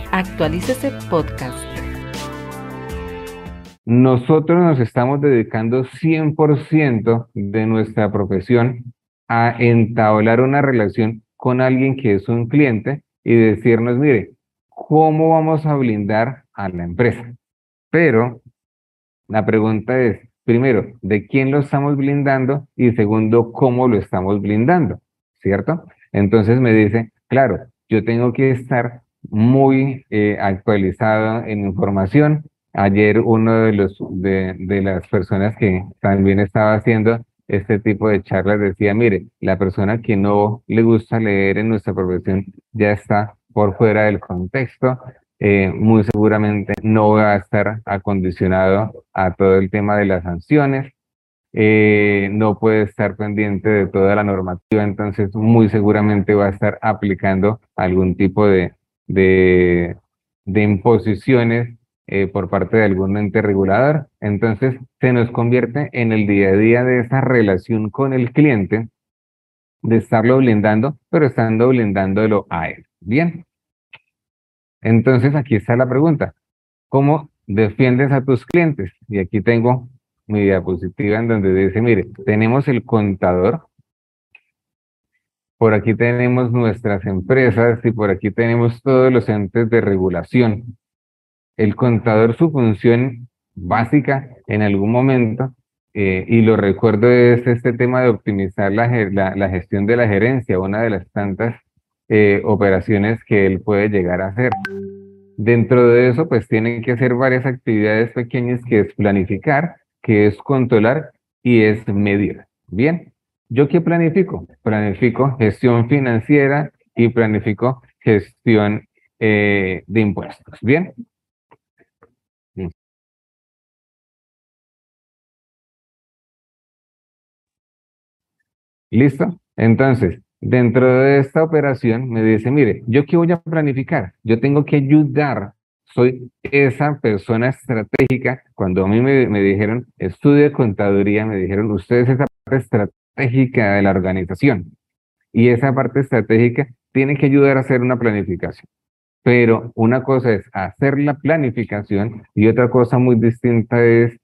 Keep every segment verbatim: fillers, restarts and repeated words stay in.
Actualícese Podcast. Nosotros nos estamos dedicando cien por ciento de nuestra profesión a entablar una relación con alguien que es un cliente y decirnos, mire, ¿cómo vamos a blindar a la empresa? Pero la pregunta es, primero, ¿de quién lo estamos blindando? Y segundo, ¿cómo lo estamos blindando? ¿Cierto? Entonces me dice, claro, yo tengo que estar muy eh, actualizado en información. Ayer uno de los de, de las personas que también estaba haciendo este tipo de charlas decía, mire, la persona que no le gusta leer en nuestra profesión ya está por fuera del contexto, eh, muy seguramente no va a estar acondicionado a todo el tema de las sanciones, eh, no puede estar pendiente de toda la normativa, entonces muy seguramente va a estar aplicando algún tipo de, de, de imposiciones eh, por parte de algún ente regulador. Entonces se nos convierte en el día a día de esa relación con el cliente, de estarlo blindando, pero estando blindándolo a él. Bien, entonces aquí está la pregunta. ¿Cómo defiendes a tus clientes? Y aquí tengo mi diapositiva en donde dice, mire, tenemos el contador, por aquí tenemos nuestras empresas y por aquí tenemos todos los entes de regulación. El contador, su función básica en algún momento, eh, y lo recuerdo, es este tema de optimizar la, la, la gestión de la gerencia, una de las tantas eh, operaciones que él puede llegar a hacer. Dentro de eso, pues tienen que hacer varias actividades pequeñas, que es planificar, que es controlar y es medir. Bien, ¿yo qué planifico? Planifico gestión financiera y planifico gestión eh, de impuestos. Bien. ¿Listo? Entonces, dentro de esta operación me dice, mire, ¿yo qué voy a planificar? Yo tengo que ayudar, soy esa persona estratégica. Cuando a mí me, me dijeron, estudie contaduría, me dijeron, usted es esa parte estratégica de la organización. Y esa parte estratégica tiene que ayudar a hacer una planificación. Pero una cosa es hacer la planificación y otra cosa muy distinta es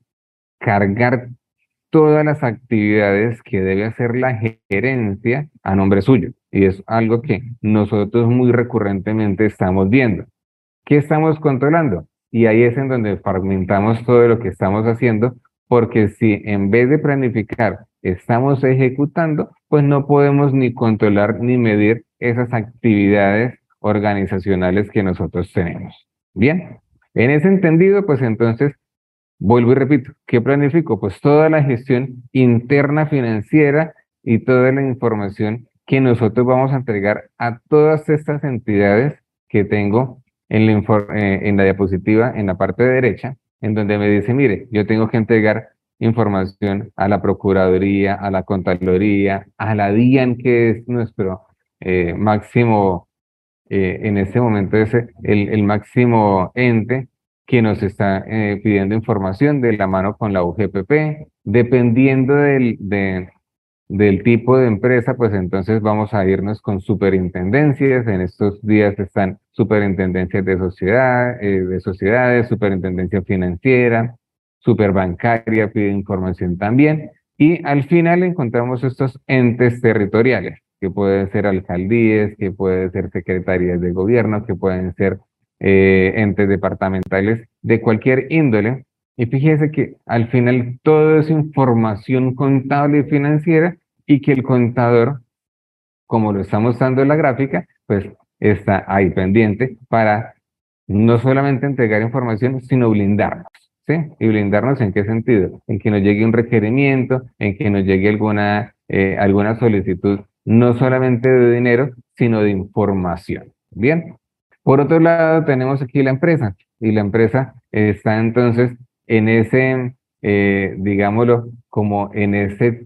cargar todas las actividades que debe hacer la gerencia a nombre suyo. Y es algo que nosotros muy recurrentemente estamos viendo. ¿Qué estamos controlando? Y ahí es en donde fragmentamos todo lo que estamos haciendo, porque si en vez de planificar estamos ejecutando, pues no podemos ni controlar ni medir esas actividades organizacionales que nosotros tenemos. Bien, en ese entendido, pues entonces vuelvo y repito, ¿qué planifico? Pues toda la gestión interna financiera y toda la información que nosotros vamos a entregar a todas estas entidades que tengo en la, eh, en la diapositiva, en la parte derecha, en donde me dice, mire, yo tengo que entregar información a la Procuraduría, a la Contraloría, a la DIAN, que es nuestro eh, máximo, eh, en este momento es el, el máximo ente que nos está eh, pidiendo información de la mano con la U G P P. Dependiendo del, de, del tipo de empresa, pues entonces vamos a irnos con superintendencias. En estos días están superintendencias de sociedad, eh, de sociedades, superintendencia financiera, superbancaria pide información también. Y al final encontramos estos entes territoriales, que pueden ser alcaldías, que pueden ser secretarías de gobierno, que pueden ser eh, entes departamentales de cualquier índole. Y fíjese que al final todo es información contable y financiera, y que el contador, como lo está mostrando en la gráfica, pues está ahí pendiente para no solamente entregar información, sino blindarnos. ¿Sí? ¿Y blindarnos en qué sentido? En que nos llegue un requerimiento, en que nos llegue alguna, eh, alguna solicitud, no solamente de dinero, sino de información. Bien. Por otro lado, tenemos aquí la empresa, y la empresa está entonces en ese, eh, digámoslo, como en ese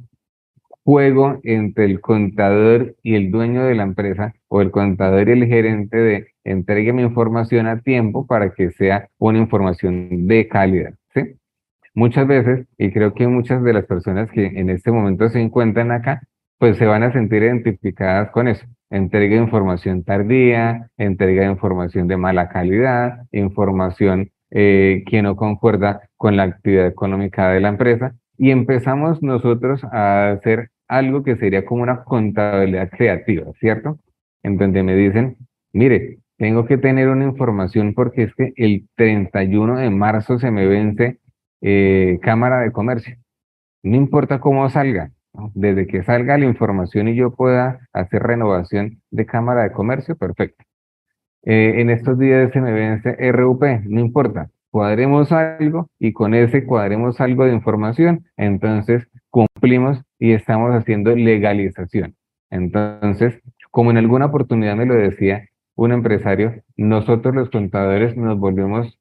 juego entre el contador y el dueño de la empresa, o el contador y el gerente, de entrégueme información a tiempo para que sea una información de calidad, ¿sí? Muchas veces, y creo que muchas de las personas que en este momento se encuentran acá, pues se van a sentir identificadas con eso. entrega de información tardía, entrega de información de mala calidad, información eh, que no concuerda con la actividad económica de la empresa, y empezamos nosotros a hacer algo que sería como una contabilidad creativa, ¿cierto? En donde me dicen, mire, tengo que tener una información porque es que el treinta y uno de marzo se me vence eh, Cámara de Comercio. No importa cómo salga, ¿no? Desde que salga la información y yo pueda hacer renovación de Cámara de Comercio, perfecto. Eh, en estos días se me vence R U P, no importa, cuadremos algo y con ese cuadremos algo de información, entonces cumplimos y estamos haciendo legalización. Entonces, como en alguna oportunidad me lo decía un empresario, nosotros los contadores nos volvemos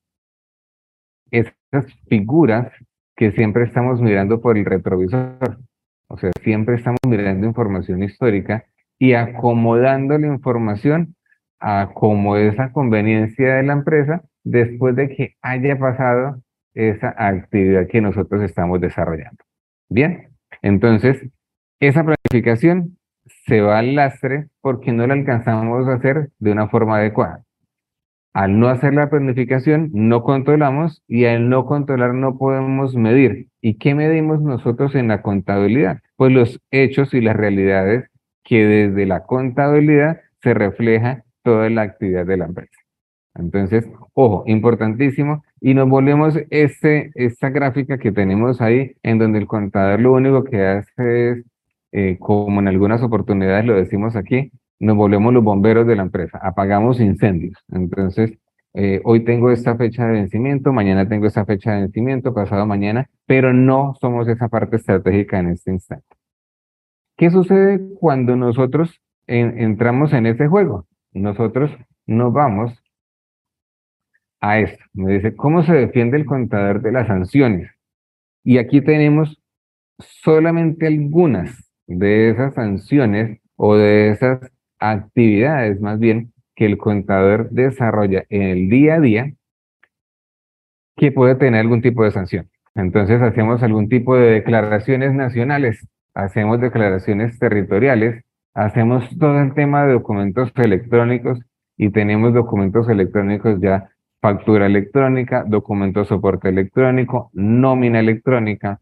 esas figuras que siempre estamos mirando por el retrovisor. O sea, siempre estamos mirando información histórica y acomodando la información a como es la conveniencia de la empresa después de que haya pasado esa actividad que nosotros estamos desarrollando. Bien, entonces esa planificación se va al lastre porque no la alcanzamos a hacer de una forma adecuada. Al no hacer la planificación, no controlamos y al no controlar no podemos medir. ¿Y qué medimos nosotros en la contabilidad? Pues los hechos y las realidades que desde la contabilidad se refleja toda la actividad de la empresa. Entonces, ojo, importantísimo. Y nos volvemos este, esta gráfica que tenemos ahí, en donde el contador lo único que hace es, eh, como en algunas oportunidades lo decimos aquí, nos volvemos los bomberos de la empresa, apagamos incendios. Entonces, eh, hoy tengo esta fecha de vencimiento, mañana tengo esta fecha de vencimiento, pasado mañana, pero no somos esa parte estratégica en este instante. ¿Qué sucede cuando nosotros en, entramos en ese juego? Nosotros nos vamos a esto. Me dice, ¿cómo se defiende el contador de las sanciones? Y aquí tenemos solamente algunas de esas sanciones o de esas actividades, más bien, que el contador desarrolla en el día a día que puede tener algún tipo de sanción. Entonces hacemos algún tipo de declaraciones nacionales, hacemos declaraciones territoriales, hacemos todo el tema de documentos electrónicos y tenemos documentos electrónicos ya, factura electrónica, documento soporte electrónico, nómina electrónica.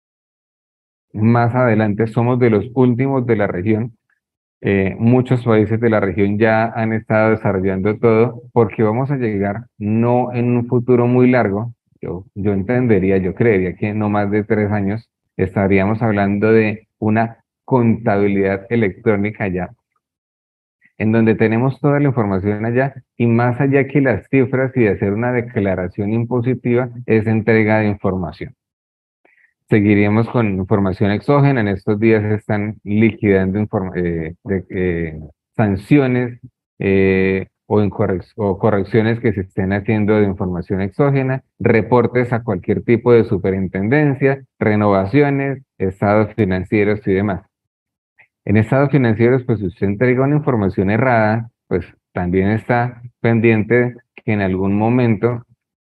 Más adelante somos de los últimos de la región. Eh, muchos países de la región ya han estado desarrollando todo porque vamos a llegar no en un futuro muy largo. Yo, yo entendería, yo creería que no más de tres años estaríamos hablando de una contabilidad electrónica ya, en donde tenemos toda la información allá y más allá que las cifras y de hacer una declaración impositiva es entrega de información. Seguiríamos con información exógena. En estos días se están liquidando eh, de, eh, sanciones eh, o, o correcciones que se estén haciendo de información exógena, reportes a cualquier tipo de superintendencia, renovaciones, estados financieros y demás. En estados financieros, pues si usted entrega una información errada, pues también está pendiente que en algún momento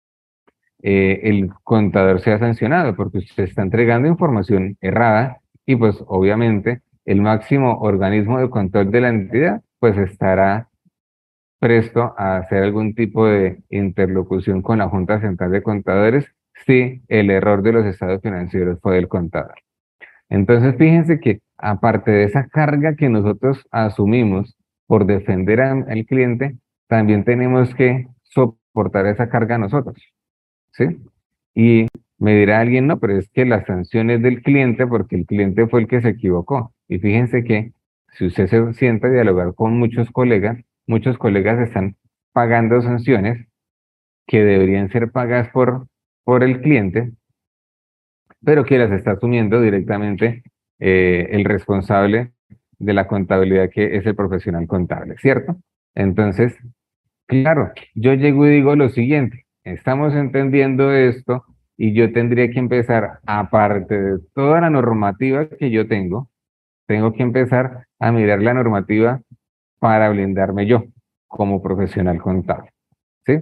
eh, el contador sea sancionado porque usted está entregando información errada y pues obviamente el máximo organismo de control de la entidad pues estará presto a hacer algún tipo de interlocución con la Junta Central de Contadores si el error de los estados financieros fue del contador. Entonces fíjense que aparte de esa carga que nosotros asumimos por defender al cliente, también tenemos que soportar esa carga nosotros. ¿Sí? Y me dirá alguien, no, pero es que la sanción es del cliente porque el cliente fue el que se equivocó. Y fíjense que si usted se sienta a dialogar con muchos colegas, muchos colegas están pagando sanciones que deberían ser pagadas por, por el cliente, pero que las está asumiendo directamente eh, el responsable de la contabilidad, que es el profesional contable, ¿cierto? Entonces, claro, yo llego y digo lo siguiente, estamos entendiendo esto y yo tendría que empezar, aparte de toda la normativa que yo tengo, tengo que empezar a mirar la normativa para blindarme yo como profesional contable, ¿sí?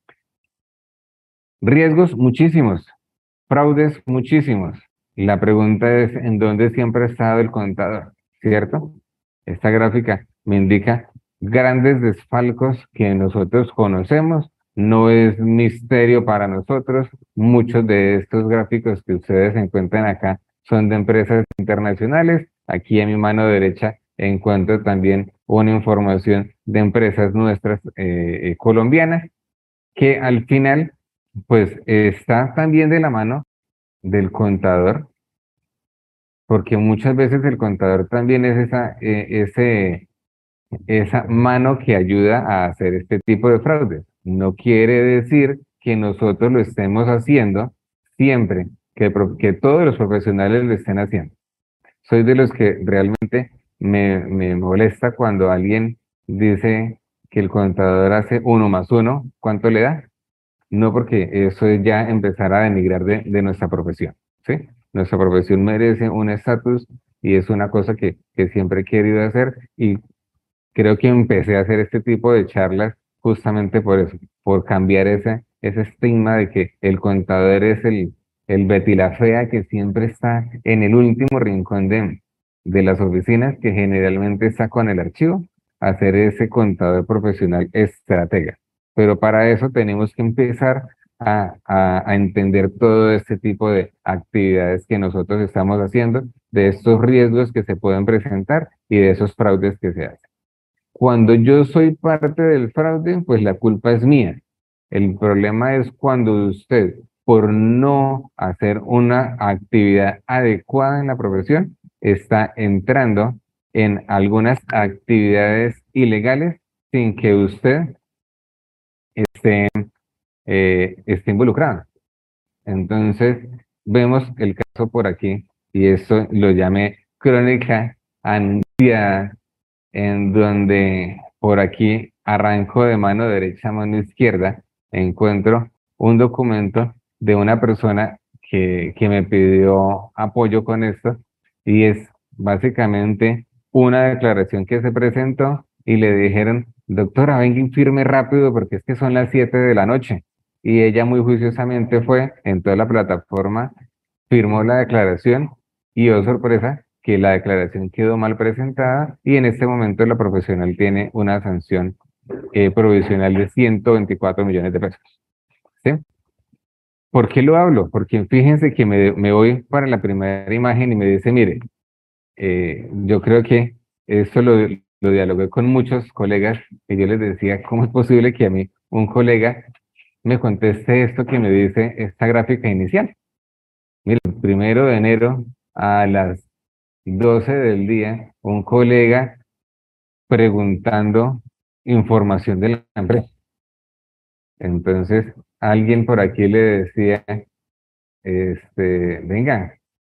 Riesgos muchísimos, fraudes muchísimos. La pregunta es, ¿en dónde siempre ha estado el contador? ¿Cierto? Esta gráfica me indica grandes desfalcos que nosotros conocemos, no es misterio para nosotros. Muchos de estos gráficos que ustedes encuentran acá son de empresas internacionales. Aquí a mi mano derecha encuentro también una información de empresas nuestras eh, eh, colombianas, que al final pues está también de la mano del contador, porque muchas veces el contador también es esa, eh, ese, esa mano que ayuda a hacer este tipo de fraudes. No quiere decir que nosotros lo estemos haciendo siempre, que, pro- que todos los profesionales lo estén haciendo. Soy de los que realmente me, me molesta cuando alguien dice que el contador hace uno más uno, ¿cuánto le da? No, porque eso es ya empezar a denigrar de, de nuestra profesión, ¿sí? Nuestra profesión merece un estatus y es una cosa que, que siempre he querido hacer, y creo que empecé a hacer este tipo de charlas justamente por eso, por cambiar ese, ese estigma de que el contador es el, el Betty la Fea que siempre está en el último rincón de, de las oficinas, que generalmente está con el archivo, a ser ese contador profesional estratega. Pero para eso tenemos que empezar a, a, a entender todo este tipo de actividades que nosotros estamos haciendo, de estos riesgos que se pueden presentar y de esos fraudes que se hacen. Cuando yo soy parte del fraude, pues la culpa es mía. El problema es cuando usted, por no hacer una actividad adecuada en la profesión, está entrando en algunas actividades ilegales sin que usted esté, eh, esté involucrado. Entonces, vemos el caso por aquí, y eso lo llamé crónica anunciada, en donde por aquí arranco de mano derecha a mano izquierda, encuentro un documento de una persona que, que me pidió apoyo con esto, y es básicamente una declaración que se presentó y le dijeron, doctora, venga y firme rápido porque es que son las siete de la noche. Y ella muy juiciosamente fue en toda la plataforma, firmó la declaración, y oh sorpresa, que la declaración quedó mal presentada, y en este momento la profesional tiene una sanción eh, provisional de ciento veinticuatro millones de pesos. ¿Sí? ¿Por qué lo hablo? Porque fíjense que me, me voy para la primera imagen y me dice, mire, eh, yo creo que esto lo, lo dialogué con muchos colegas, y yo les decía, ¿cómo es posible que a mí un colega me conteste esto que me dice esta gráfica inicial? Mire, el primero de enero a las doce del día, un colega preguntando información de la empresa. Entonces, alguien por aquí le decía, este, venga,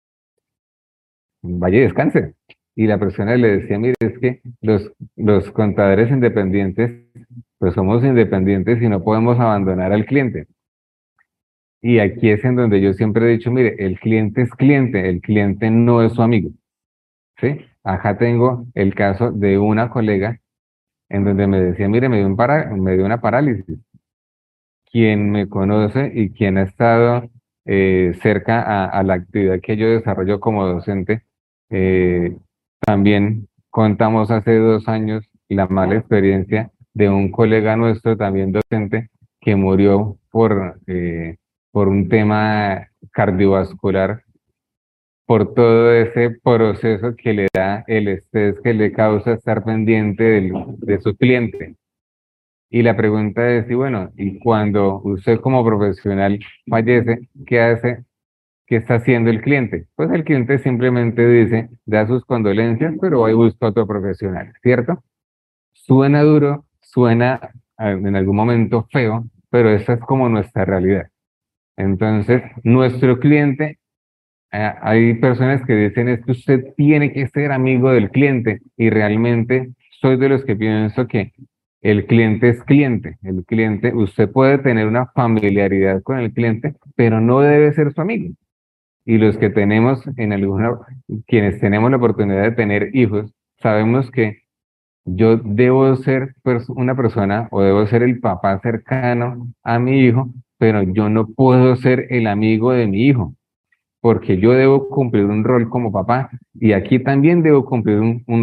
vaya y descanse. Y la persona le decía, mire, es que los, los contadores independientes, pues somos independientes y no podemos abandonar al cliente. Y aquí es en donde yo siempre he dicho, mire, el cliente es cliente, el cliente no es su amigo. ¿Sí? Acá tengo el caso de una colega en donde me decía, mire, me dio, un para, me dio una parálisis. Quien me conoce y quien ha estado eh, cerca a, a la actividad que yo desarrollo como docente, eh, también contamos hace dos años la mala experiencia de un colega nuestro, también docente, que murió por, eh, por un tema cardiovascular, por todo ese proceso que le da el estrés que le causa estar pendiente del- de su cliente. Y la pregunta es, y bueno, y cuando usted como profesional fallece, ¿qué hace? ¿Qué está haciendo el cliente? Pues el cliente simplemente dice, da sus condolencias, pero hoy busca otro profesional, ¿cierto? Suena duro, suena ah, en algún momento feo, pero esa es como nuestra realidad. Entonces, nuestro cliente, ah, hay personas que dicen es que usted tiene que ser amigo del cliente, y realmente soy de los que pienso que el cliente es cliente. El cliente, usted puede tener una familiaridad con el cliente, pero no debe ser su amigo. Y los que tenemos en alguna, quienes tenemos la oportunidad de tener hijos, sabemos que yo debo ser pers- una persona, o debo ser el papá cercano a mi hijo, pero yo no puedo ser el amigo de mi hijo, porque yo debo cumplir un rol como papá, y aquí también debo cumplir un, un rol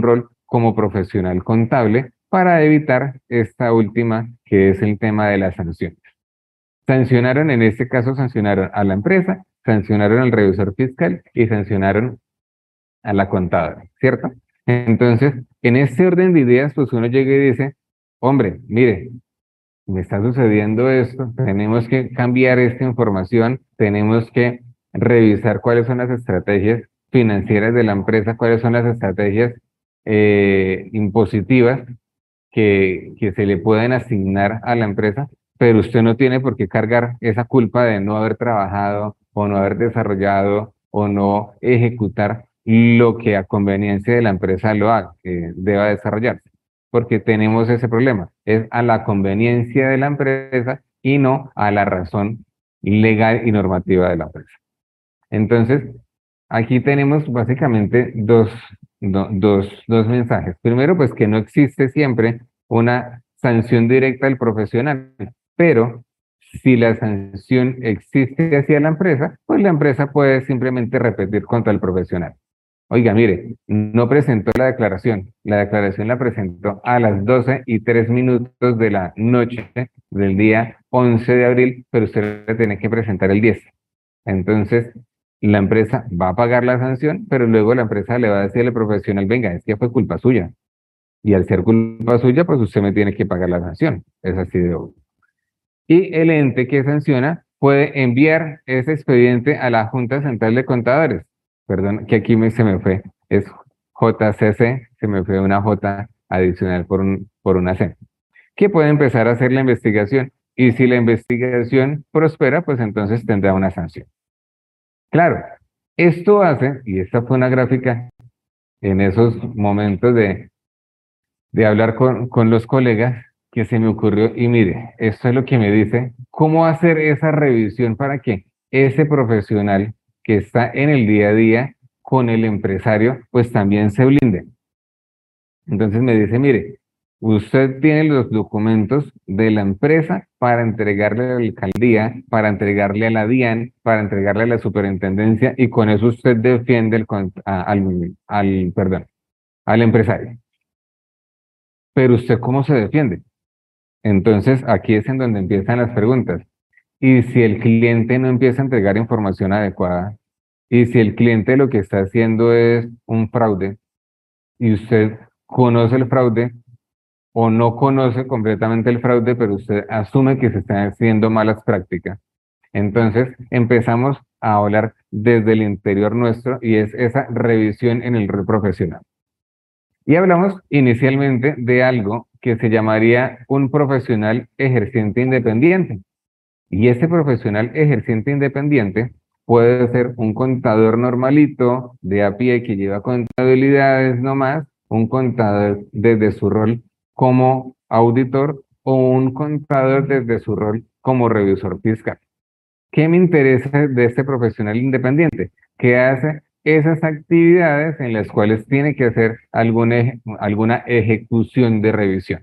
como profesional contable para evitar esta última, que es el tema de las sanciones. Sancionaron, en este caso, sancionaron a la empresa, sancionaron al revisor fiscal y sancionaron a la contadora, ¿cierto? Entonces, en este orden de ideas, pues uno llega y dice, hombre, mire, me está sucediendo esto, tenemos que cambiar esta información, tenemos que revisar cuáles son las estrategias financieras de la empresa, cuáles son las estrategias eh, impositivas que, que se le pueden asignar a la empresa, pero usted no tiene por qué cargar esa culpa de no haber trabajado o no haber desarrollado o no ejecutar lo que a conveniencia de la empresa lo haga, que deba desarrollarse, porque tenemos ese problema, es a la conveniencia de la empresa y no a la razón legal y normativa de la empresa. Entonces, aquí tenemos básicamente dos, do- dos, dos mensajes. Primero, pues que no existe siempre una sanción directa del profesional, pero si la sanción existe hacia la empresa, pues la empresa puede simplemente repetir contra el profesional. Oiga, mire, no presentó la declaración. La declaración la presentó a las doce y tres minutos de la noche del día once de abril, pero usted la tiene que presentar el diez. Entonces, la empresa va a pagar la sanción, pero luego la empresa le va a decir al profesional, venga, es que fue culpa suya. Y al ser culpa suya, pues usted me tiene que pagar la sanción. Es así de obvio. Y el ente que sanciona puede enviar ese expediente a la Junta Central de Contadores. Perdón, que aquí me, se me fue. Es J C C, se me fue una J adicional por, un, por una C. Que puede empezar a hacer la investigación. Y si la investigación prospera, pues entonces tendrá una sanción. Claro, esto hace, y esta fue una gráfica en esos momentos de, de hablar con, con los colegas, que se me ocurrió, y mire, esto es lo que me dice, cómo hacer esa revisión para que ese profesional que está en el día a día con el empresario, pues también se blinde. Entonces me dice, mire, usted tiene los documentos de la empresa para entregarle a la alcaldía, para entregarle a la DIAN, para entregarle a la superintendencia, y con eso usted defiende el, con- a- al, al, perdón, al empresario. Pero usted, ¿cómo se defiende? Entonces, aquí es en donde empiezan las preguntas. Y si el cliente no empieza a entregar información adecuada, y si el cliente lo que está haciendo es un fraude, y usted conoce el fraude, o no conoce completamente el fraude, pero usted asume que se están haciendo malas prácticas. Entonces empezamos a hablar desde el interior nuestro y es esa revisión en el rol profesional. Y hablamos inicialmente de algo que se llamaría un profesional ejerciente independiente. Y ese profesional ejerciente independiente puede ser un contador normalito de a pie que lleva contabilidades nomás, un contador desde su rol como auditor o un contador desde su rol como revisor fiscal. ¿Qué me interesa de este profesional independiente? Que hace esas actividades en las cuales tiene que hacer alguna, alguna ejecución de revisión.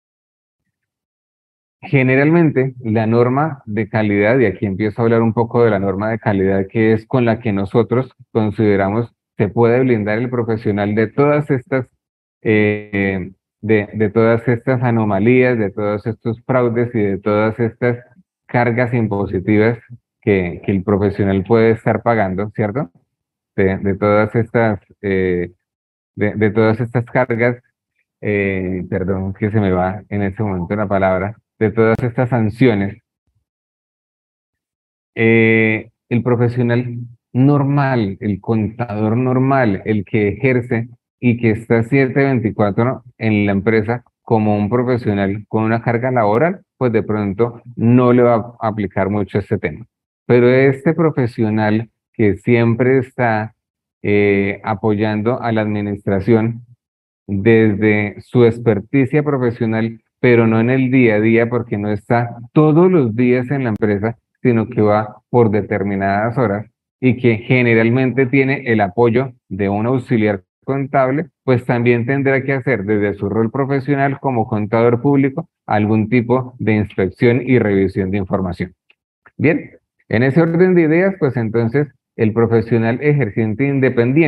Generalmente, la norma de calidad, y aquí empiezo a hablar un poco de la norma de calidad, que es con la que nosotros consideramos se puede blindar el profesional de todas estas, eh, de, de todas estas anomalías, de todos estos fraudes y de todas estas cargas impositivas que, que el profesional puede estar pagando, ¿cierto? De, de todas estas, eh, de, de todas estas cargas, eh, perdón que se me va en este momento la palabra, de todas estas sanciones, eh, el profesional normal, el contador normal, el que ejerce y que está siete veinticuatro en la empresa como un profesional con una carga laboral, pues de pronto no le va a aplicar mucho este tema. Pero este profesional que siempre está eh, apoyando a la administración desde su experticia profesional, pero no en el día a día porque no está todos los días en la empresa, sino que va por determinadas horas y que generalmente tiene el apoyo de un auxiliar contable, pues también tendrá que hacer desde su rol profesional como contador público algún tipo de inspección y revisión de información. Bien, en ese orden de ideas, pues entonces el profesional ejerciente independiente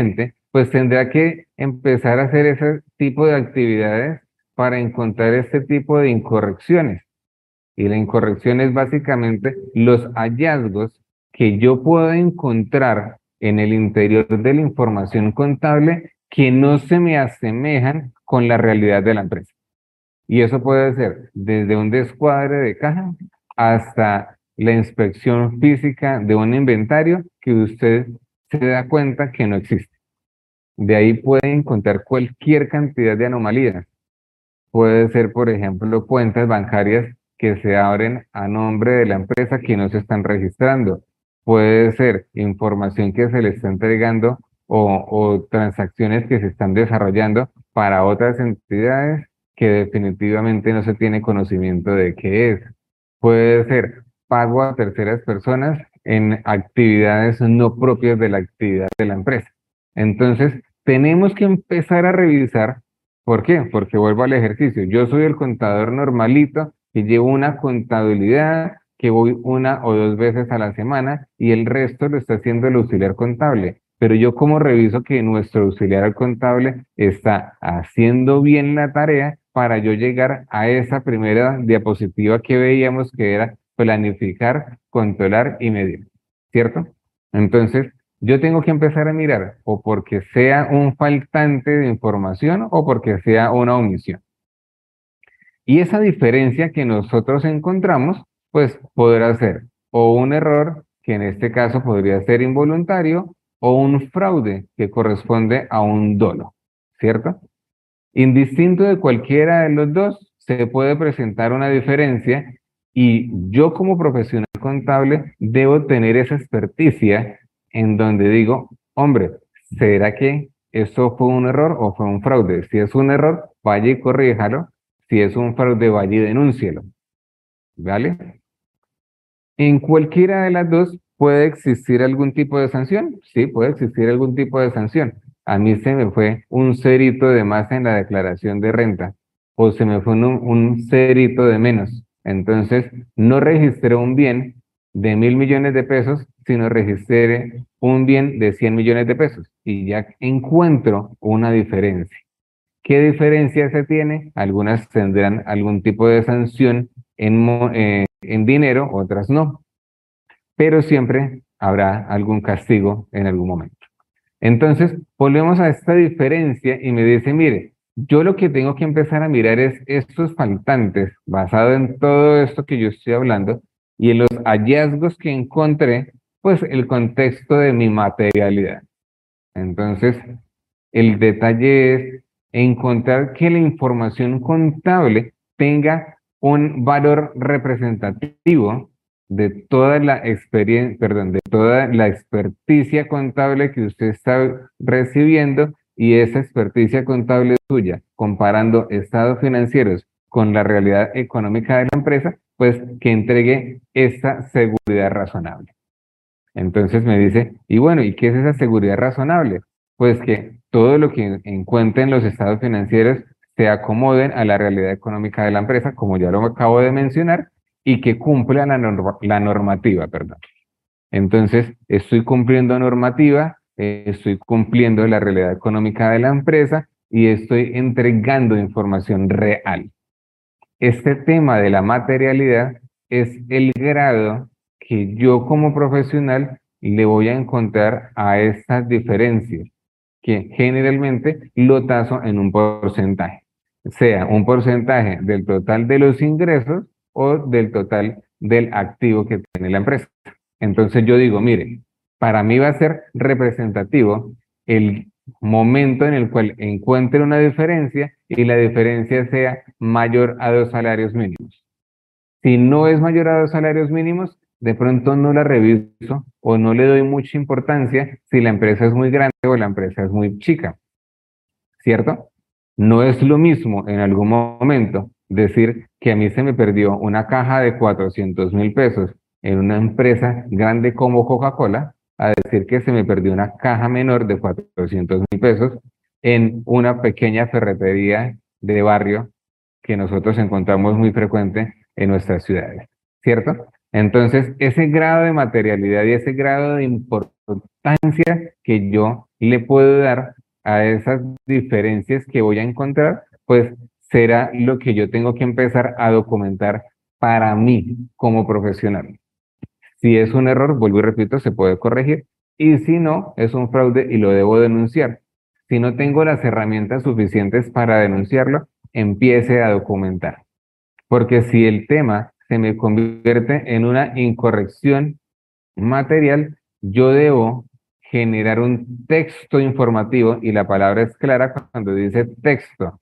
pues tendrá que empezar a hacer ese tipo de actividades para encontrar este tipo de incorrecciones. Y la incorrección es básicamente los hallazgos que yo puedo encontrar en el interior de la información contable que no se me asemejan con la realidad de la empresa. Y eso puede ser desde un descuadre de caja hasta la inspección física de un inventario que usted se da cuenta que no existe. De ahí puede encontrar cualquier cantidad de anomalías. Puede ser, por ejemplo, cuentas bancarias que se abren a nombre de la empresa que no se están registrando. Puede ser información que se le está entregando o, o transacciones que se están desarrollando para otras entidades que definitivamente no se tiene conocimiento de qué es. Puede ser pago a terceras personas en actividades no propias de la actividad de la empresa. Entonces, tenemos que empezar a revisar. ¿Por qué? Porque vuelvo al ejercicio. Yo soy el contador normalito que llevo una contabilidad que voy una o dos veces a la semana y el resto lo está haciendo el auxiliar contable. Pero yo como reviso que nuestro auxiliar contable está haciendo bien la tarea para yo llegar a esa primera diapositiva que veíamos que era planificar, controlar y medir, ¿cierto? Entonces, yo tengo que empezar a mirar o porque sea un faltante de información o porque sea una omisión. Y esa diferencia que nosotros encontramos, pues podrá ser o un error, que en este caso podría ser involuntario, o un fraude que corresponde a un dolo, ¿cierto? Indistinto de cualquiera de los dos, se puede presentar una diferencia y yo como profesional contable debo tener esa experticia en donde digo, hombre, ¿será que esto fue un error o fue un fraude? Si es un error, vaya y corríjalo. Si es un fraude, vaya y denúncielo. ¿Vale? En cualquiera de las dos puede existir algún tipo de sanción. Sí, puede existir algún tipo de sanción. A mí se me fue un cerito de más en la declaración de renta o se me fue un, un cerito de menos. Entonces, no registré un bien de mil millones de pesos, sino registré un bien de cien millones de pesos y ya encuentro una diferencia. ¿Qué diferencia se tiene? Algunas tendrán algún tipo de sanción en, eh, en dinero, otras no, pero siempre habrá algún castigo en algún momento. Entonces, volvemos a esta diferencia y me dice, mire, yo lo que tengo que empezar a mirar es estos faltantes, basado en todo esto que yo estoy hablando y en los hallazgos que encontré, pues el contexto de mi materialidad. Entonces, el detalle es encontrar que la información contable tenga un valor representativo de toda la experiencia, perdón, de toda la experticia contable que usted está recibiendo y esa experticia contable suya, comparando estados financieros con la realidad económica de la empresa, pues que entregue esta seguridad razonable. Entonces me dice, y bueno, ¿y qué es esa seguridad razonable? Pues que todo lo que encuentren los estados financieros se acomoden a la realidad económica de la empresa, como ya lo acabo de mencionar, y que cumplan la, norma, la normativa, perdón. Entonces, estoy cumpliendo normativa, eh, estoy cumpliendo la realidad económica de la empresa y estoy entregando información real. Este tema de la materialidad es el grado que yo como profesional le voy a encontrar a estas diferencias, que generalmente lo taso en un porcentaje, sea un porcentaje del total de los ingresos o del total del activo que tiene la empresa. Entonces yo digo, mire, para mí va a ser representativo el momento en el cual encuentre una diferencia y la diferencia sea mayor a dos salarios mínimos. Si no es mayor a dos salarios mínimos, de pronto no la reviso o no le doy mucha importancia si la empresa es muy grande o la empresa es muy chica, ¿cierto? No es lo mismo en algún momento decir que a mí se me perdió una caja de cuatrocientos mil pesos en una empresa grande como Coca-Cola, a decir que se me perdió una caja menor de cuatrocientos mil pesos en una pequeña ferretería de barrio que nosotros encontramos muy frecuente en nuestras ciudades, ¿cierto? Entonces, ese grado de materialidad y ese grado de importancia que yo le puedo dar a esas diferencias que voy a encontrar, pues será lo que yo tengo que empezar a documentar para mí como profesional. Si es un error, vuelvo y repito, se puede corregir. Y si no, es un fraude y lo debo denunciar. Si no tengo las herramientas suficientes para denunciarlo, empiece a documentar. Porque si el tema se me convierte en una incorrección material, yo debo generar un texto informativo, y la palabra es clara cuando dice texto.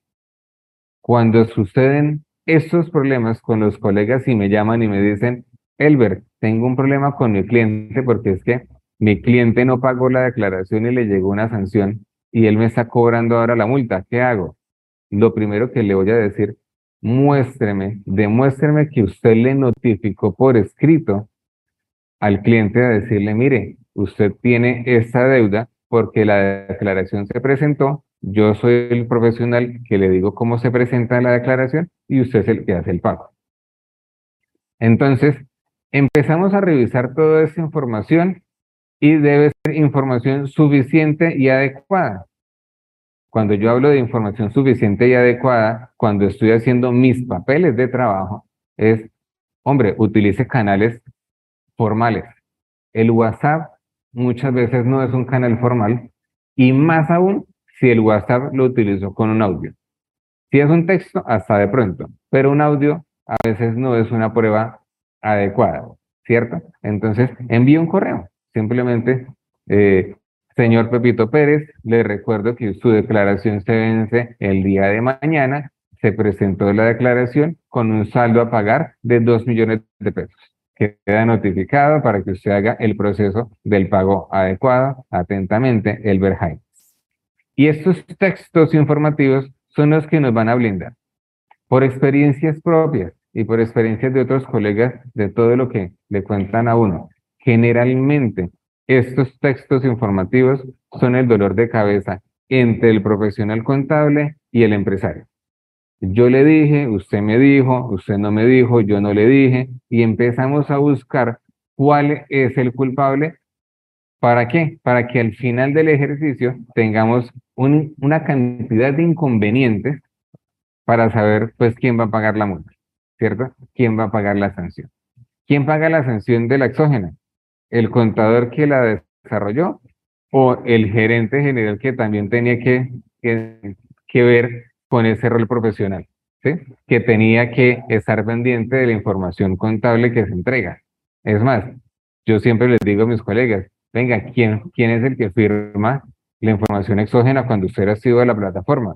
Cuando suceden estos problemas con los colegas y me llaman y me dicen, Elber, tengo un problema con mi cliente porque es que mi cliente no pagó la declaración y le llegó una sanción y él me está cobrando ahora la multa, ¿qué hago? Lo primero que le voy a decir, muéstreme, demuéstreme que usted le notificó por escrito al cliente a decirle, mire, usted tiene esta deuda porque la declaración se presentó, yo soy el profesional que le digo cómo se presenta la declaración y usted es el que hace el pago. Entonces, empezamos a revisar toda esa información y debe ser información suficiente y adecuada. Cuando yo hablo de información suficiente y adecuada, cuando estoy haciendo mis papeles de trabajo, es, hombre, utilice canales formales. El WhatsApp muchas veces no es un canal formal y más aún si el WhatsApp lo utilizo con un audio. Si es un texto, hasta de pronto, pero un audio a veces no es una prueba adecuada, ¿cierto? Entonces, envíe un correo. Simplemente, eh, señor Pepito Pérez, le recuerdo que su declaración se vence el día de mañana. Se presentó la declaración con un saldo a pagar de dos millones de pesos. Queda notificado para que usted haga el proceso del pago adecuado. Atentamente, Elber Jaime. Y estos textos informativos son los que nos van a blindar. Por experiencias propias y por experiencias de otros colegas, de todo lo que le cuentan a uno. Generalmente, estos textos informativos son el dolor de cabeza entre el profesional contable y el empresario. Yo le dije, usted me dijo, usted no me dijo, yo no le dije, y empezamos a buscar cuál es el culpable. ¿Para qué? Para que al final del ejercicio tengamos un, una cantidad de inconvenientes para saber, pues, quién va a pagar la multa, ¿cierto? ¿Quién va a pagar la sanción? ¿Quién paga la sanción de la exógena? ¿El contador que la desarrolló o el gerente general que también tenía que, que, que ver con ese rol profesional? ¿Sí? Que tenía que estar pendiente de la información contable que se entrega. Es más, yo siempre les digo a mis colegas, venga, ¿quién, quién es el que firma la información exógena cuando usted ha sido a la plataforma?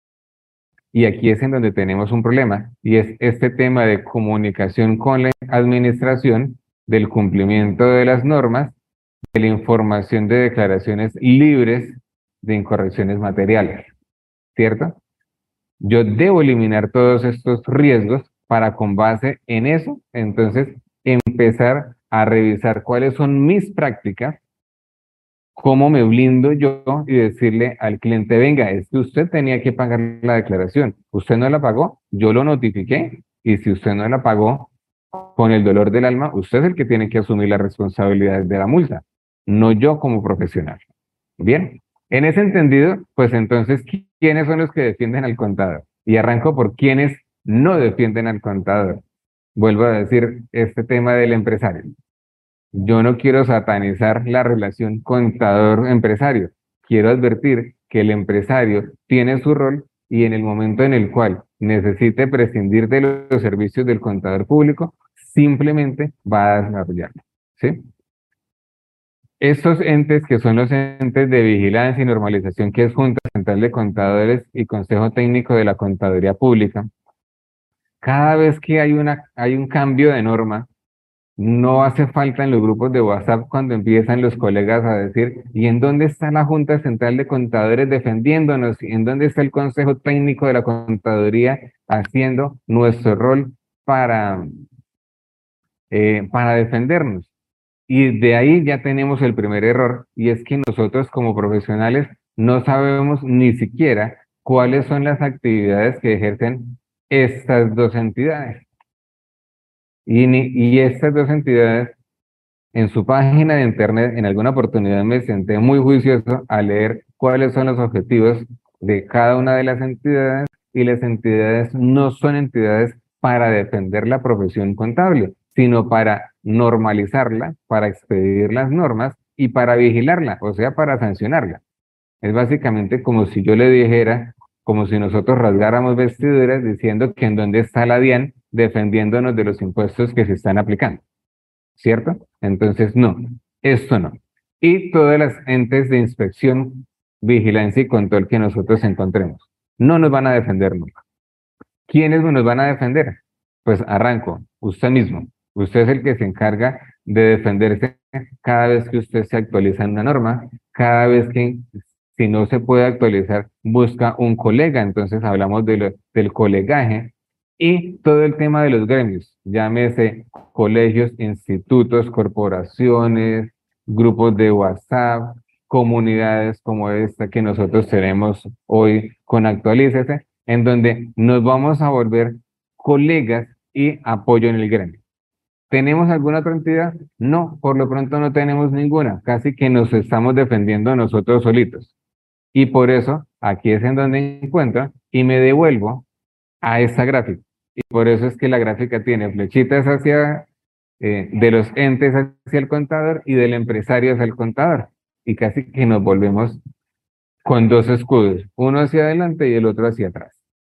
Y aquí es en donde tenemos un problema, y es este tema de comunicación con la administración, del cumplimiento de las normas, de la información de declaraciones libres de incorrecciones materiales, ¿cierto? Yo debo eliminar todos estos riesgos para, con base en eso, entonces empezar a revisar cuáles son mis prácticas, cómo me blindo yo y decirle al cliente, venga, es que usted tenía que pagar la declaración, usted no la pagó, yo lo notifiqué, y si usted no la pagó, con el dolor del alma, usted es el que tiene que asumir la responsabilidad de la multa, no yo como profesional. Bien, en ese entendido, pues entonces, ¿quiénes son los que defienden al contador? Y arranco por quienes no defienden al contador. Vuelvo a decir este tema del empresario. Yo no quiero satanizar la relación contador-empresario. Quiero advertir que el empresario tiene su rol y en el momento en el cual necesite prescindir de los servicios del contador público, simplemente va a desarrollarlo. ¿Sí? Estos entes, que son los entes de vigilancia y normalización, que es Junta Central de Contadores y Consejo Técnico de la Contaduría Pública, cada vez que hay, una, hay un cambio de norma, no hace falta en los grupos de WhatsApp cuando empiezan los colegas a decir, ¿y en dónde está la Junta Central de Contadores defendiéndonos? ¿Y en dónde está el Consejo Técnico de la Contaduría haciendo nuestro rol para, eh, para defendernos? Y de ahí ya tenemos el primer error, y es que nosotros como profesionales no sabemos ni siquiera cuáles son las actividades que ejercen estas dos entidades. Y, ni, y estas dos entidades en su página de internet, en alguna oportunidad me senté muy juicioso a leer cuáles son los objetivos de cada una de las entidades, y las entidades no son entidades para defender la profesión contable, sino para normalizarla, para expedir las normas y para vigilarla, o sea, para sancionarla. Es básicamente como si yo le dijera, como si nosotros rasgáramos vestiduras diciendo que en dónde está la DIAN defendiéndonos de los impuestos que se están aplicando, ¿cierto? Entonces, no, esto no. Y todas las entes de inspección, vigilancia y control que nosotros encontremos, no nos van a defender nunca. ¿Quiénes nos van a defender? Pues arranco, usted mismo. Usted es el que se encarga de defenderse cada vez que usted se actualiza en una norma, cada vez que, si no se puede actualizar, busca un colega. Entonces hablamos de lo, del colegaje y todo el tema de los gremios, llámese colegios, institutos, corporaciones, grupos de WhatsApp, comunidades como esta que nosotros tenemos hoy con Actualícese, en donde nos vamos a volver colegas y apoyo en el gremio. ¿Tenemos alguna otra entidad? No, por lo pronto no tenemos ninguna, casi que nos estamos defendiendo nosotros solitos. Y por eso aquí es en donde encuentro y me devuelvo a esta gráfica. Y por eso es que la gráfica tiene flechitas hacia, eh, de los entes hacia el contador y del empresario hacia el contador. Y casi que nos volvemos con dos escudos, uno hacia adelante y el otro hacia atrás.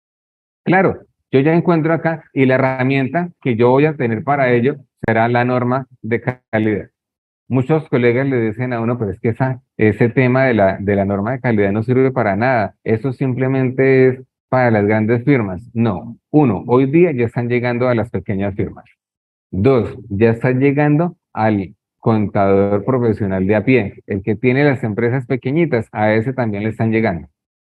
Claro, yo ya encuentro acá y la herramienta que yo voy a tener para ello será la norma de calidad. Muchos colegas le dicen a uno, pero es que esa, ese tema de la, de la norma de calidad no sirve para nada, eso simplemente es para las grandes firmas. No, uno, hoy día ya están llegando a las pequeñas firmas. Dos, ya están llegando al contador profesional de a pie, el que tiene las empresas pequeñitas, a ese también le están llegando.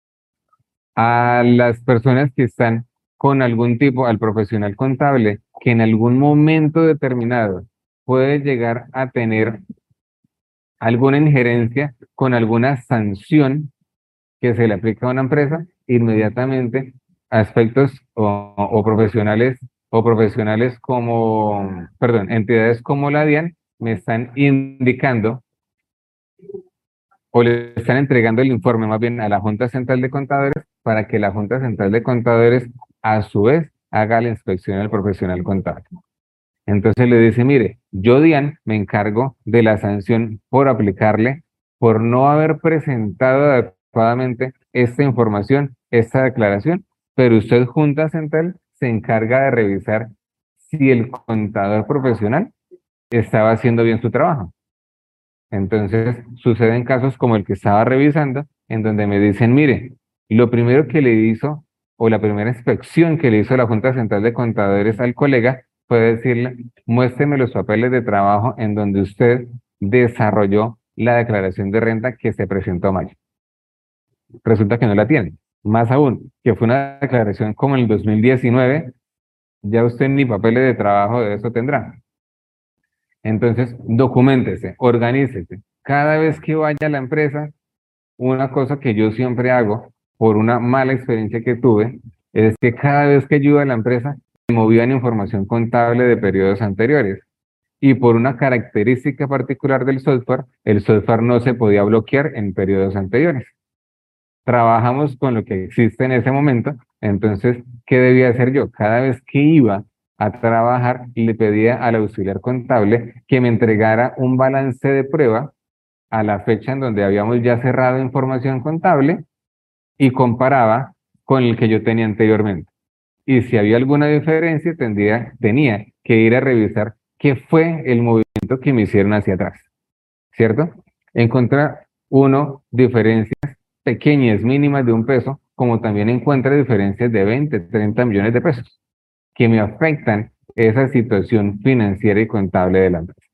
A las personas que están con algún tipo, al profesional contable, que en algún momento determinado puede llegar a tener alguna injerencia con alguna sanción que se le aplica a una empresa, inmediatamente aspectos o, o profesionales o profesionales como, perdón, entidades como la DIAN me están indicando o le están entregando el informe más bien a la Junta Central de Contadores para que la Junta Central de Contadores a su vez haga la inspección al profesional contable. Entonces le dice, mire, yo DIAN me encargo de la sanción por aplicarle, por no haber presentado adecuadamente esta información, esta declaración, pero usted Junta Central se encarga de revisar si el contador profesional estaba haciendo bien su trabajo. Entonces suceden casos como el que estaba revisando, en donde me dicen, mire, lo primero que le hizo, o la primera inspección que le hizo la Junta Central de Contadores al colega, fue decirle, muéstreme los papeles de trabajo en donde usted desarrolló la declaración de renta que se presentó mal. Resulta que no la tiene. Más aún, que fue una declaración como en el dos mil diecinueve, ya usted ni papeles de trabajo de eso tendrá. Entonces, documéntese, organícese. Cada vez que vaya a la empresa, una cosa que yo siempre hago por una mala experiencia que tuve, es que cada vez que yo iba a la empresa, me movían información contable de periodos anteriores. Y por una característica particular del software, el software no se podía bloquear en periodos anteriores. Trabajamos con lo que existe en ese momento, entonces, ¿qué debía hacer yo? Cada vez que iba a trabajar, le pedía al auxiliar contable que me entregara un balance de prueba a la fecha en donde habíamos ya cerrado información contable y comparaba con el que yo tenía anteriormente. Y si había alguna diferencia, tendría, tenía que ir a revisar qué fue el movimiento que me hicieron hacia atrás, ¿cierto? Encontrar uno diferencias pequeñas, mínimas de un peso, como también encuentra diferencias de veinte, treinta millones de pesos que me afectan esa situación financiera y contable de la empresa.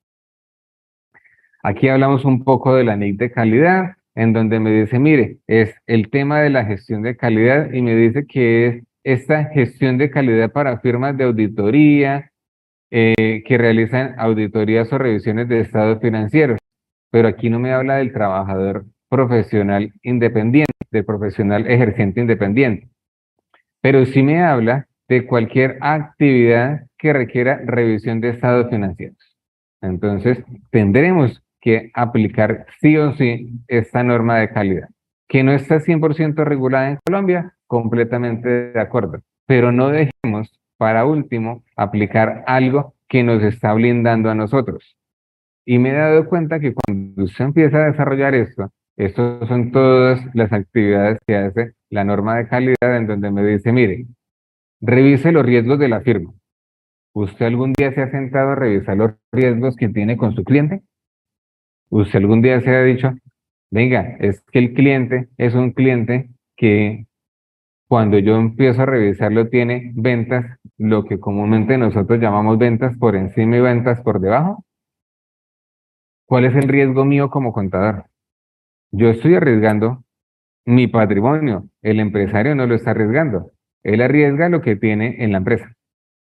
Aquí hablamos un poco de la N I C de calidad, en donde me dice, mire, es el tema de la gestión de calidad y me dice que es esta gestión de calidad para firmas de auditoría eh, que realizan auditorías o revisiones de estados financieros. Pero aquí no me habla del trabajador profesional independiente, del profesional ejerciente independiente. Pero sí me habla de cualquier actividad que requiera revisión de estados financieros. Entonces, tendremos que aplicar sí o sí esta norma de calidad, que no está cien por ciento regulada en Colombia, completamente de acuerdo, pero no dejemos para último aplicar algo que nos está blindando a nosotros. Y me he dado cuenta que cuando usted empieza a desarrollar esto, estas son todas las actividades que hace la norma de calidad en donde me dice, mire, revise los riesgos de la firma. ¿Usted algún día se ha sentado a revisar los riesgos que tiene con su cliente? ¿Usted algún día se ha dicho, venga, es que el cliente es un cliente que cuando yo empiezo a revisarlo tiene ventas, lo que comúnmente nosotros llamamos ventas por encima y ventas por debajo? ¿Cuál es el riesgo mío como contador? Yo estoy arriesgando mi patrimonio, el empresario no lo está arriesgando, él arriesga lo que tiene en la empresa,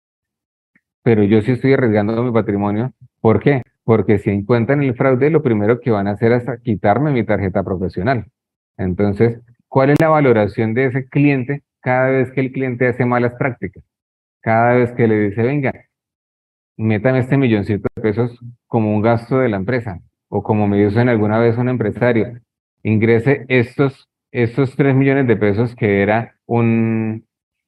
pero yo sí estoy arriesgando mi patrimonio. ¿Por qué? Porque si encuentran el fraude, lo primero que van a hacer es quitarme mi tarjeta profesional. Entonces, ¿cuál es la valoración de ese cliente cada vez que el cliente hace malas prácticas? Cada vez que le dice, venga, métame este milloncito de pesos como un gasto de la empresa, o como me dijo en alguna vez un empresario, ingrese estos, estos tres millones de pesos que era un,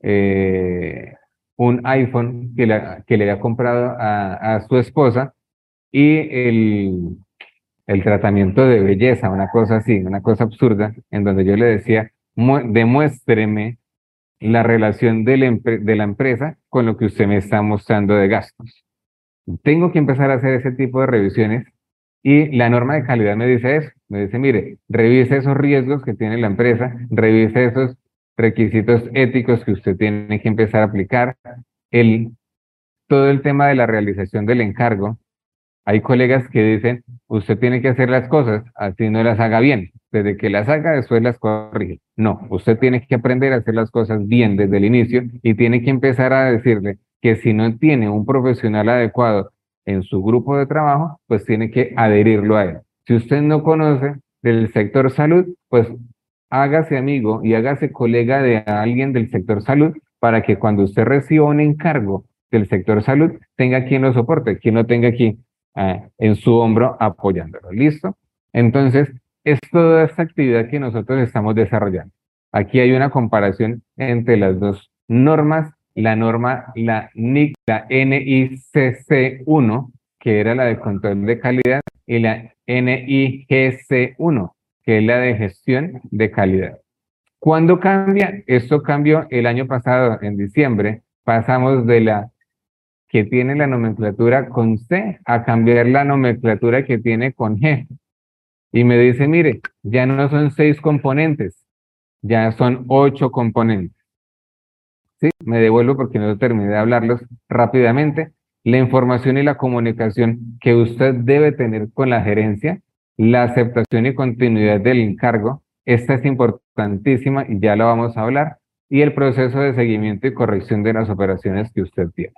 eh, un iPhone que le, que le había comprado a, a su esposa y el, el tratamiento de belleza, una cosa así, una cosa absurda, en donde yo le decía, demuéstreme la relación de la, de la empresa con lo que usted me está mostrando de gastos. Tengo que empezar a hacer ese tipo de revisiones y la norma de calidad me dice eso, me dice, mire, revise esos riesgos que tiene la empresa, revise esos requisitos éticos que usted tiene que empezar a aplicar, el, todo el tema de la realización del encargo. Hay colegas que dicen, usted tiene que hacer las cosas, así no las haga bien, desde que las haga después las corrige. No, usted tiene que aprender a hacer las cosas bien desde el inicio y tiene que empezar a decirle que si no tiene un profesional adecuado en su grupo de trabajo, pues tiene que adherirlo a él. Si usted no conoce del sector salud, pues hágase amigo y hágase colega de alguien del sector salud para que cuando usted reciba un encargo del sector salud, tenga quien lo soporte, quien no tenga aquí eh, en su hombro apoyándolo. ¿Listo? Entonces, es toda esta actividad que nosotros estamos desarrollando. Aquí hay una comparación entre las dos normas, la norma, la N I C, la N I C C uno, que era la de control de calidad, y la N I G C uno, que es la de gestión de calidad. ¿Cuándo cambia? Esto cambió el año pasado, en diciembre. Pasamos de la que tiene la nomenclatura con C a cambiar la nomenclatura que tiene con G. Y me dice, mire, ya no son seis componentes, ya son ocho componentes. ¿Sí? Me devuelvo porque no terminé de hablarlos rápidamente. La información y la comunicación que usted debe tener con la gerencia, la aceptación y continuidad del encargo, esta es importantísima y ya la vamos a hablar, y el proceso de seguimiento y corrección de las operaciones que usted tiene.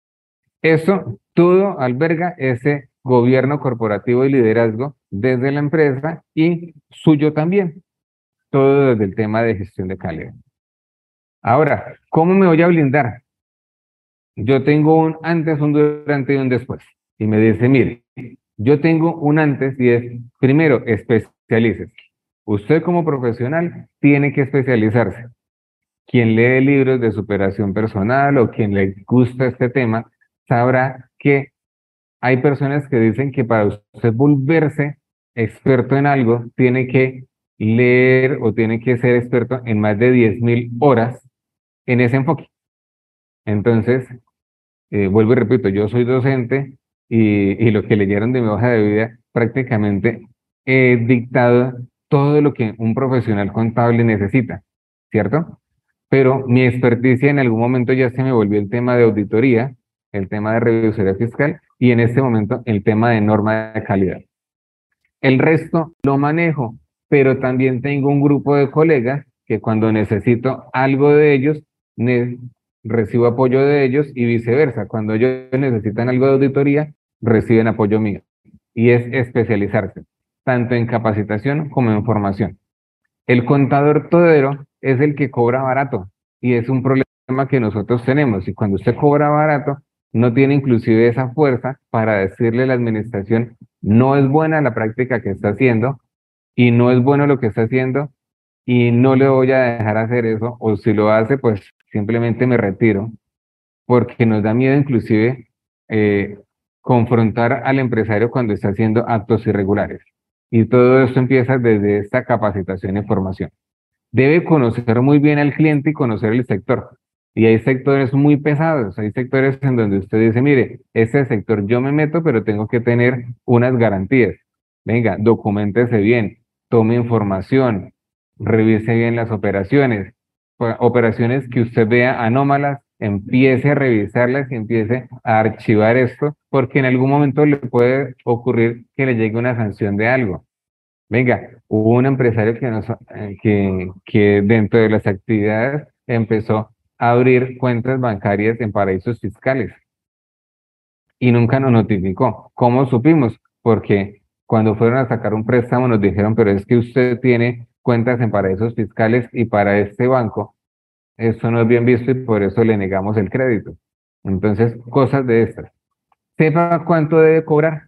Eso todo alberga ese gobierno corporativo y liderazgo desde la empresa y suyo también, todo desde el tema de gestión de calidad. Ahora, ¿cómo me voy a blindar? Yo tengo un antes, un durante y un después. Y me dice, mire, yo tengo un antes y es, primero, especialícese. Usted como profesional tiene que especializarse. Quien lee libros de superación personal o quien le gusta este tema, sabrá que hay personas que dicen que para usted volverse experto en algo, tiene que leer o tiene que ser experto en más de diez mil horas en ese enfoque. Entonces, eh, vuelvo y repito, yo soy docente y, y lo que leyeron de mi hoja de vida, prácticamente he dictado todo lo que un profesional contable necesita, ¿cierto? Pero mi experticia en algún momento ya se me volvió el tema de auditoría, el tema de revisoría fiscal y en este momento el tema de norma de calidad. El resto lo manejo, pero también tengo un grupo de colegas que cuando necesito algo de ellos, ne recibo apoyo de ellos y viceversa. Cuando ellos necesitan algo de auditoría, reciben apoyo mío. Y es especializarse, tanto en capacitación como en formación. El contador todero es el que cobra barato y es un problema que nosotros tenemos. Y cuando usted cobra barato, no tiene inclusive esa fuerza para decirle a la administración, no es buena la práctica que está haciendo y no es bueno lo que está haciendo y no le voy a dejar hacer eso, o si lo hace, pues simplemente me retiro, porque nos da miedo inclusive eh, confrontar al empresario cuando está haciendo actos irregulares. Y todo esto empieza desde esta capacitación y formación. Debe conocer muy bien al cliente y conocer el sector. Y hay sectores muy pesados, hay sectores en donde usted dice, mire, este sector yo me meto, pero tengo que tener unas garantías. Venga, documentese bien, tome información, revise bien las operaciones, pa- operaciones que usted vea anómalas, empiece a revisarlas y empiece a archivar esto, porque en algún momento le puede ocurrir que le llegue una sanción de algo. Venga, hubo un empresario que, nos, eh, que, que dentro de las actividades empezó a abrir cuentas bancarias en paraísos fiscales y nunca nos notificó. ¿Cómo supimos? Porque cuando fueron a sacar un préstamo nos dijeron, pero es que usted tiene cuentas en paraísos fiscales y para este banco eso no es bien visto y por eso le negamos el crédito. Entonces, cosas de estas. Sepa cuánto debe cobrar.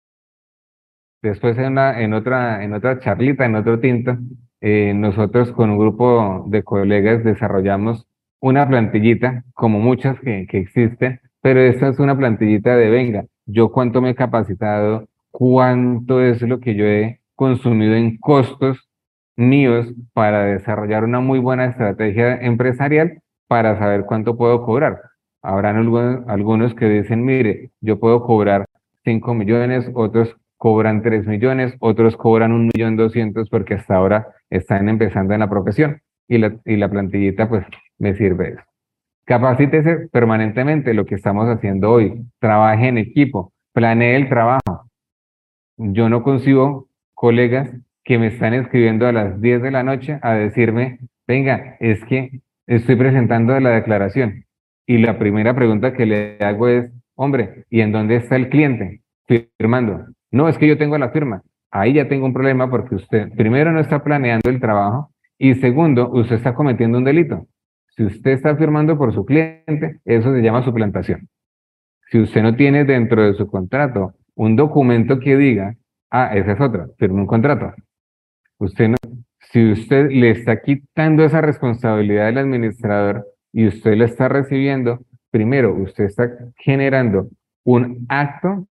Después en, una, en, otra, en otra charlita, en otro tinto, eh, nosotros con un grupo de colegas desarrollamos una plantillita, como muchas que, que existen, pero esta es una plantillita de, venga, yo cuánto me he capacitado, cuánto es lo que yo he consumido en costos míos para desarrollar una muy buena estrategia empresarial para saber cuánto puedo cobrar. Habrán algunos, algunos que dicen, mire, yo puedo cobrar cinco millones, otros cobran tres millones, otros cobran un millón doscientos porque hasta ahora están empezando en la profesión y la, y la plantillita pues me sirve eso. Capacítese permanentemente, lo que estamos haciendo hoy, trabaje en equipo, planee el trabajo. Yo no consigo colegas que me están escribiendo a las diez de la noche a decirme, venga, es que estoy presentando la declaración. Y la primera pregunta que le hago es, hombre, ¿y en dónde está el cliente firmando? No, es que yo tengo la firma. Ahí ya tengo un problema porque usted, primero, no está planeando el trabajo y segundo, usted está cometiendo un delito. Si usted está firmando por su cliente, eso se llama suplantación. Si usted no tiene dentro de su contrato un documento que diga, ah, esa es otra, firme un contrato. Usted no, si usted le está quitando esa responsabilidad al administrador y usted la está recibiendo, primero, usted está generando un acto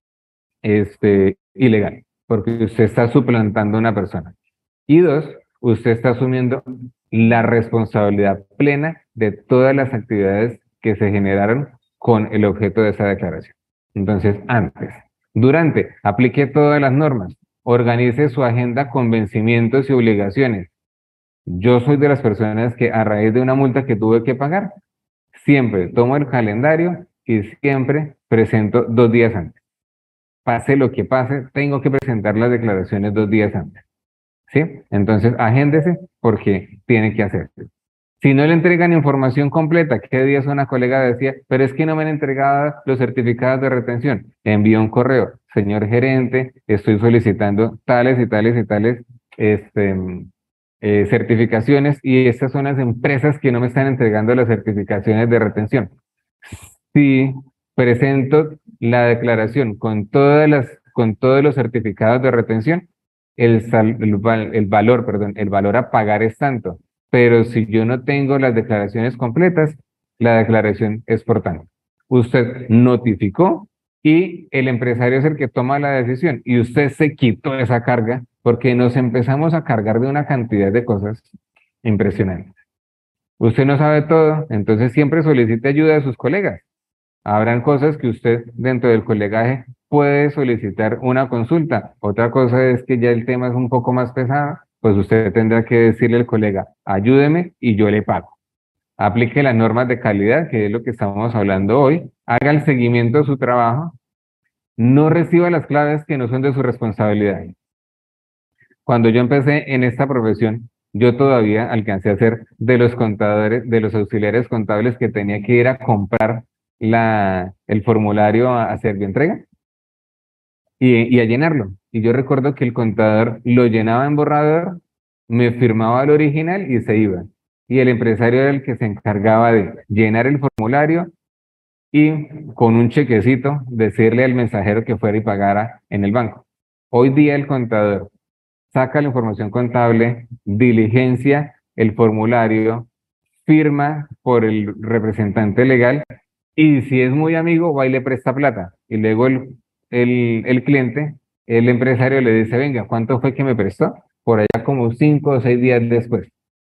este, ilegal, porque usted está suplantando a una persona. Y dos, usted está asumiendo la responsabilidad plena de todas las actividades que se generaron con el objeto de esa declaración. Entonces, antes, durante, aplique todas las normas, organice su agenda con vencimientos y obligaciones. Yo soy de las personas que a raíz de una multa que tuve que pagar, siempre tomo el calendario y siempre presento dos días antes. Pase lo que pase, tengo que presentar las declaraciones dos días antes. ¿Sí? Entonces, agéndese porque tiene que hacerlo. Si no le entregan información completa, ¿qué días una colega decía? Pero es que no me han entregado los certificados de retención. Envío un correo, señor gerente, estoy solicitando tales y tales y tales este, eh, certificaciones y estas son las empresas que no me están entregando las certificaciones de retención. Si presento la declaración con todas las, con todos los certificados de retención, el, sal, el, el valor, perdón, el valor a pagar es tanto. Pero si yo no tengo las declaraciones completas, la declaración es por tanto. Usted notificó y el empresario es el que toma la decisión y usted se quitó esa carga porque nos empezamos a cargar de una cantidad de cosas impresionantes. Usted no sabe todo, entonces siempre solicite ayuda de sus colegas. Habrán cosas que usted dentro del colegaje puede solicitar una consulta. Otra cosa es que ya el tema es un poco más pesado, pues usted tendrá que decirle al colega, ayúdeme y yo le pago. Aplique las normas de calidad, que es lo que estamos hablando hoy, haga el seguimiento de su trabajo, no reciba las claves que no son de su responsabilidad. Cuando yo empecé en esta profesión, yo todavía alcancé a ser de los contadores, de los auxiliares contables que tenía que ir a comprar la, el formulario a, a Servientrega y, y a llenarlo. Y yo recuerdo que el contador lo llenaba en borrador, me firmaba el original y se iba. Y el empresario era el que se encargaba de llenar el formulario y con un chequecito decirle al mensajero que fuera y pagara en el banco. Hoy día el contador saca la información contable, diligencia el formulario, firma por el representante legal y si es muy amigo va y le presta plata. Y luego el, el, el cliente, el empresario le dice, venga, ¿cuánto fue que me prestó? Por allá como cinco o seis días después.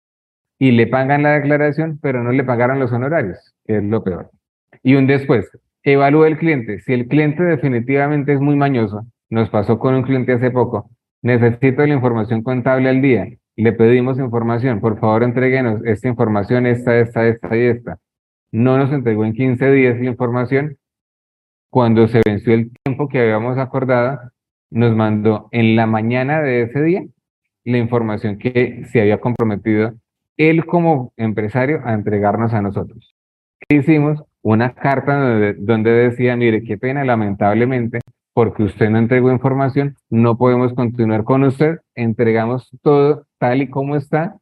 Y le pagan la declaración, pero no le pagaron los honorarios, que es lo peor. Y un después, evalúa el cliente. Si el cliente definitivamente es muy mañoso, nos pasó con un cliente hace poco, necesito la información contable al día. Le pedimos información, por favor entréguenos esta información, esta, esta, esta y esta. No nos entregó en quince días la información. Cuando se venció el tiempo que habíamos acordado, nos mandó en la mañana de ese día la información que se había comprometido él como empresario a entregarnos a nosotros. ¿Qué hicimos? Una carta donde, donde decía, mire, qué pena, lamentablemente, porque usted no entregó información, no podemos continuar con usted, entregamos todo tal y como está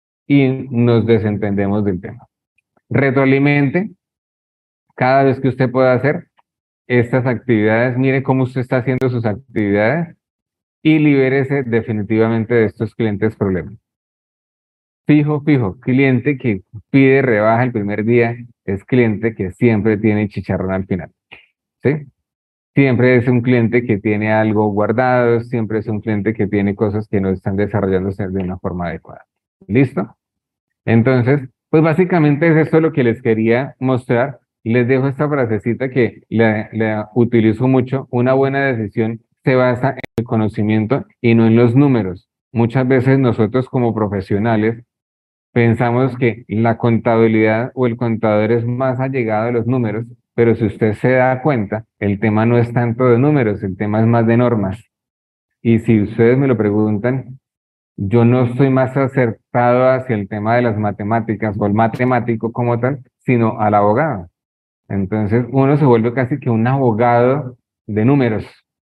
y nos desentendemos del tema. Retroalimente, cada vez que usted pueda hacer estas actividades, mire cómo usted está haciendo sus actividades y libérese definitivamente de estos clientes problemas. Fijo, fijo, cliente que pide rebaja el primer día es cliente que siempre tiene chicharrón al final, ¿sí? Siempre es un cliente que tiene algo guardado, siempre es un cliente que tiene cosas que no están desarrollándose de una forma adecuada. ¿Listo? Entonces, pues básicamente es esto lo que les quería mostrar. Les dejo esta frasecita que la, la utilizo mucho. Una buena decisión se basa en el conocimiento y no en los números. Muchas veces nosotros como profesionales pensamos que la contabilidad o el contador es más allegado a los números, pero si usted se da cuenta, el tema no es tanto de números, el tema es más de normas. Y si ustedes me lo preguntan, yo no estoy más acertado hacia el tema de las matemáticas o el matemático como tal, sino al abogado. Entonces uno se vuelve casi que un abogado de números.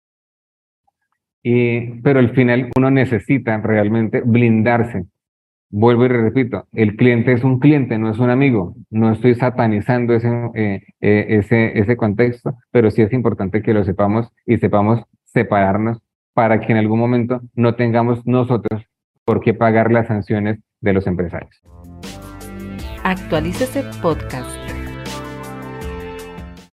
Y, pero al final uno necesita realmente blindarse. Vuelvo y repito, el cliente es un cliente, no es un amigo. No estoy satanizando ese, eh, eh, ese, ese contexto, pero sí es importante que lo sepamos y sepamos separarnos para que en algún momento no tengamos nosotros por qué pagar las sanciones de los empresarios. Actualícese Podcast.